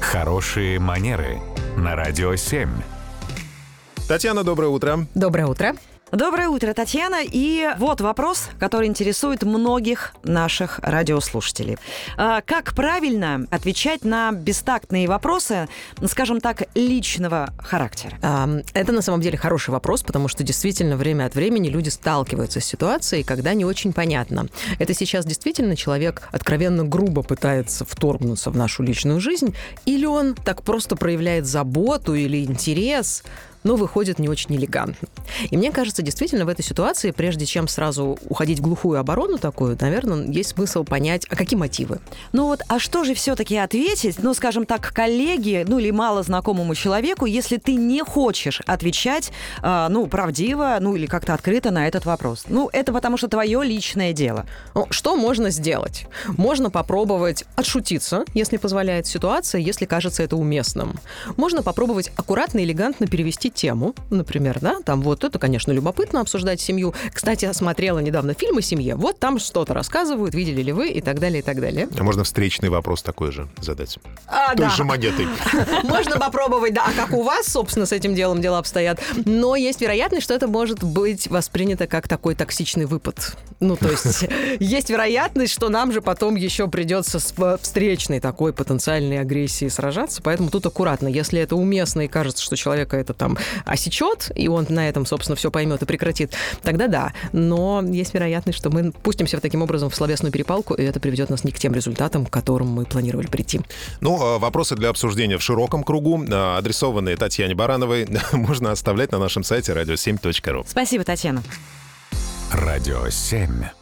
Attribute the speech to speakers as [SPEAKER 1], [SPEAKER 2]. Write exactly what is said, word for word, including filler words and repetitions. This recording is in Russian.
[SPEAKER 1] Хорошие манеры на Радио семь.
[SPEAKER 2] Татьяна, доброе утро.
[SPEAKER 3] Доброе утро.
[SPEAKER 4] Доброе утро, Татьяна. И вот вопрос, который интересует многих наших радиослушателей. А, как правильно отвечать на бестактные вопросы, скажем так, личного характера?
[SPEAKER 3] А, это на самом деле хороший вопрос, потому что действительно время от времени люди сталкиваются с ситуацией, когда не очень понятно. Это сейчас действительно человек откровенно грубо пытается вторгнуться в нашу личную жизнь, или он так просто проявляет заботу или интерес, но выходит не очень элегантно. И мне кажется, действительно, в этой ситуации, прежде чем сразу уходить в глухую оборону такую, наверное, есть смысл понять, а какие мотивы.
[SPEAKER 4] Ну вот, а что же все-таки ответить, ну, скажем так, коллеге, ну, или мало знакомому человеку, если ты не хочешь отвечать, э, ну, правдиво, ну, или как-то открыто на этот вопрос? Ну, это потому что твое личное дело.
[SPEAKER 3] Ну, что можно сделать? Можно попробовать отшутиться, если позволяет ситуация, если кажется это уместным. Можно попробовать аккуратно и элегантно перевести тему, например, да, там вот это, конечно, любопытно обсуждать семью. Кстати, я смотрела недавно фильм о семье, вот там что-то рассказывают, видели ли вы, и так далее, и так далее.
[SPEAKER 2] А можно встречный вопрос такой же задать?
[SPEAKER 3] А,
[SPEAKER 2] Той
[SPEAKER 3] да.
[SPEAKER 2] же монетой.
[SPEAKER 3] Можно попробовать, да, а как у вас, собственно, с этим делом дела обстоят. Но есть вероятность, что это может быть воспринято как такой токсичный выпад. Ну, то есть есть вероятность, что нам же потом еще придется с встречной такой потенциальной агрессией сражаться, поэтому тут аккуратно. Если это уместно и кажется, что человека это там осечет, и он на этом, собственно, все поймет и прекратит, тогда да. Но есть вероятность, что мы пустимся таким образом в словесную перепалку, и это приведет нас не к тем результатам, к которым мы планировали прийти.
[SPEAKER 2] Ну, вопросы для обсуждения в широком кругу, адресованные Татьяне Барановой, можно оставлять на нашем сайте радио семь точка ру.
[SPEAKER 4] Спасибо, Татьяна.
[SPEAKER 1] Радио семь.